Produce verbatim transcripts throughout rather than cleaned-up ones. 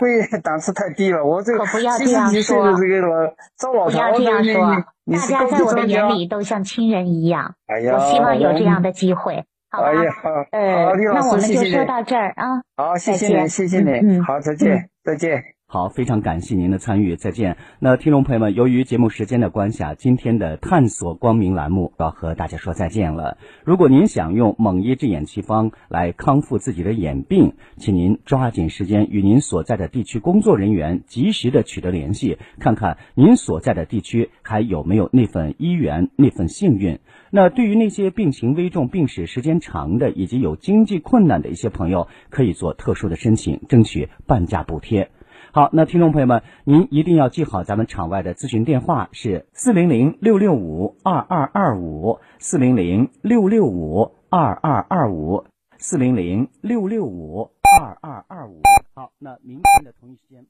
会档次太低了，我这可不要这样说， 这个老糟老头， 不要这样说， 你大家在我的眼里都像亲人一样。 哎呀， 我希望有这样的机会。好吧， 哎呀，好， 呃， 好，李老师， 那我们就谢谢说到这儿啊。 好，谢谢你，谢谢你， 嗯， 好，再见，嗯、再见。 好，非常感谢您的参与，再见。那听众朋友们，由于节目时间的关系啊，今天的探索光明栏目要和大家说再见了。如果您想用蒙医治眼奇方来康复自己的眼病，请您抓紧时间与您所在的地区工作人员及时的取得联系，看看您所在的地区还有没有那份医缘，那份幸运。那对于那些病情危重、病史时间长的以及有经济困难的一些朋友，可以做特殊的申请，争取半价补贴。好，那听众朋友们，您一定要记好咱们场外的咨询电话是四零零六六五二二二五，四零零六六五二二二五，四零零六六五二二二五。好，那明天的同一时间，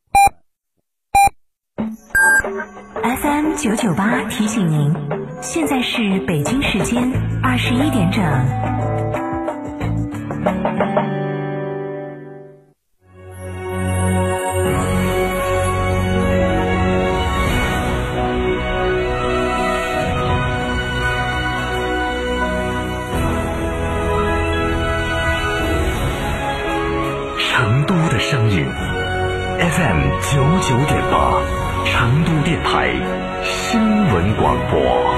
朋友们。 F M 九九八提醒您，现在是北京时间二十一点整。 成都的声音 F M 九九点八，成都电台新闻广播。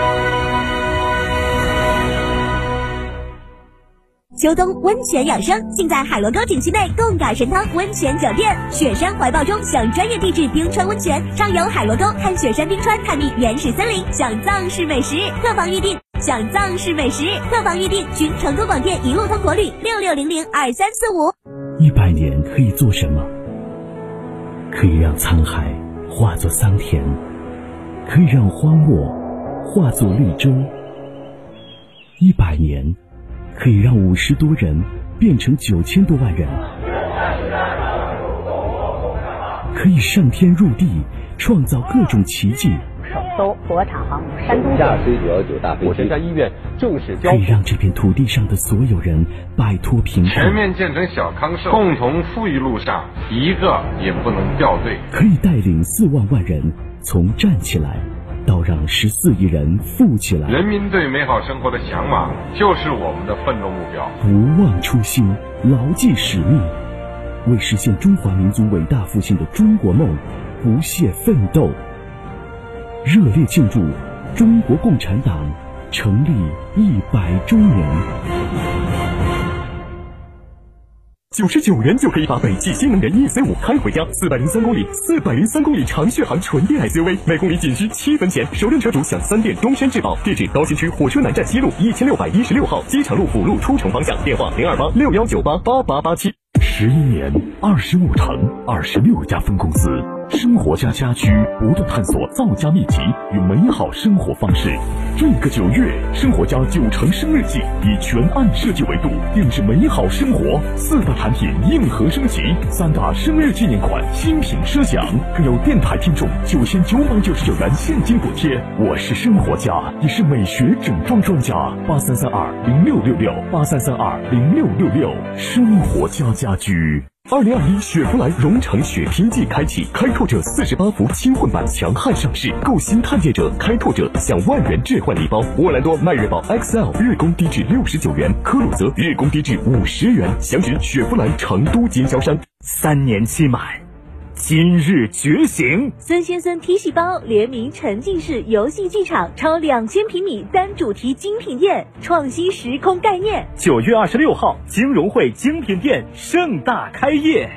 秋冬温泉养生，尽在海螺沟景区内贡嘎神汤温泉酒店。雪山怀抱中享专业地质冰川温泉，畅游海螺沟，看雪山冰川，探秘原始森林，享藏式美食。客房预定，享藏式美食。客房预定，寻成都广电一路通国旅六六零零二三四五。 一百年可以做什么？可以让沧海化作桑田，可以让荒漠化作绿洲。一百年可以让五十多人变成九千多万人，可以上天入地，创造各种奇迹。 首艘国产航母山东舰 C 九幺九大飞机，火神山医院正式交付， 可以让这片土地上的所有人摆脱贫困， 全面建成小康社会，共同富裕路上一个也不能掉队。 可以带领四万万人从站起来到让十四亿人富起来。 人民对美好生活的向往就是我们的奋斗目标。 不忘初心，牢记使命，为实现中华民族伟大复兴的中国梦不懈奋斗。热烈庆祝中国共产党成立一百周年。 九十九元就可以把北汽新能源 E C 五开回家，四百零三公里，四百零三公里长续航纯电 S U V， 每公里仅需七分钱，首任车主享三电终身质保。地址：高新区火车南站西路一千六百一十六号，机场路辅路出城方向。电话：零二八六幺九八八八八七。 十一年，二十五城，二十六家分公司。生活家家居不断探索造家秘籍与美好生活方式。这个九月，生活家九城生日季以全案设计维度定制美好生活，四大产品硬核升级，三大生日纪念款新品奢享，更有电台听众九千九百九十九元现金补贴。我是生活家，也是美学整装专家。八三三二零六六六，八三三二零六六六，生活家家居。二零二一雪佛兰荣城雪拼季开启，开拓者四十八伏轻混版强悍上市，购新探界者、开拓者享万元置换礼包。沃兰多迈锐宝 X L 日供低至六十九元，科鲁泽日供低至五十元。详询雪佛兰成都经销商。 三年期满，今日觉醒！ 孙先生 T 细胞联名沉浸式游戏剧场，超两千平米单主题精品店，创新时空概念。 九月二十六号，金融汇精品店盛大开业。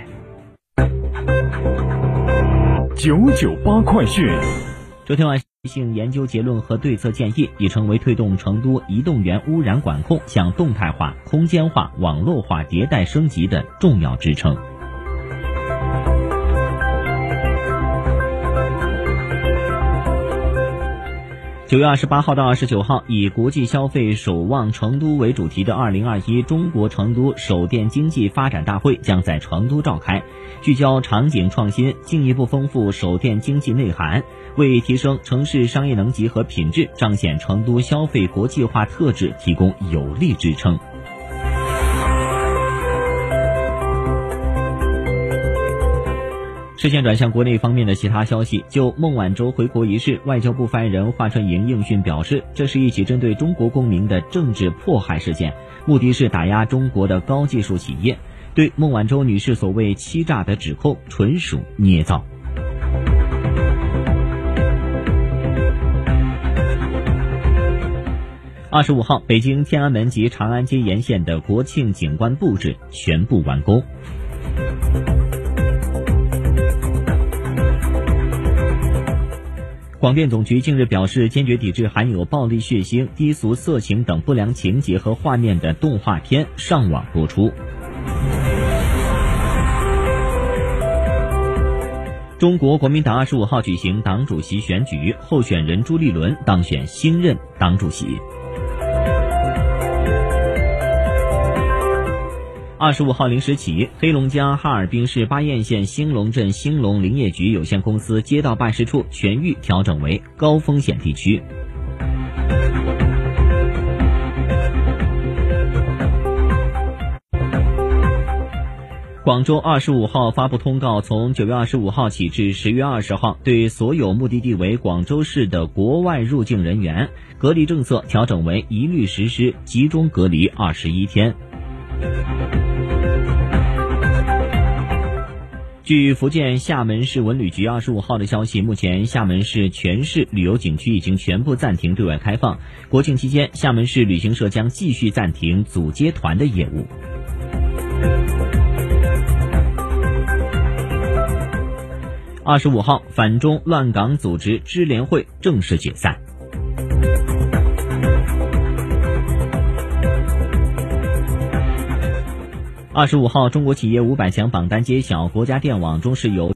九九八快讯。 昨天晚性研究结论和对策建议已成为推动成都移动源污染管控向动态化、空间化、网络化迭代升级的重要支撑。九月二十八号到二十九号，以国际消费守望成都为主题的二零二一中国成都手电经济发展大会将在成都召开，聚焦场景创新，进一步丰富手电经济内涵，为提升城市商业能级和品质，彰显成都消费国际化特质提供有力支撑。 视线转向国内方面的其他消息，就孟晚舟回国一事，外交部发言人华春莹应讯表示，这是一起针对中国公民的政治迫害事件，目的是打压中国的高技术企业，对孟晚舟女士所谓欺诈的指控纯属捏造。二十五号，北京天安门及长安街沿线的国庆景观布置全部完工。广电总局近日表示，坚决抵制含有暴力、血腥、低俗、色情等不良情节和画面的动画片上网播出。中国国民党二十五号举行党主席选举，候选人朱立伦当选新任党主席。二十五号零时起，黑龙江哈尔滨市巴彦县兴隆镇兴隆林业局有限公司街道办事处全域调整为高风险地区。广州二十五号发布通告，从九月二十五号起至十月二十号，对所有目的地为广州市的国外入境人员，隔离政策调整为一律实施集中隔离二十一天。据福建厦门市文旅局二十五号的消息，目前厦门市全市旅游景区已经全部暂停对外开放。国庆期间，厦门市旅行社将继续暂停组接团的业务。二十五号，反中乱港组织支联会正式解散。二十五号，中国企业五百强榜单揭晓，国家电网中石油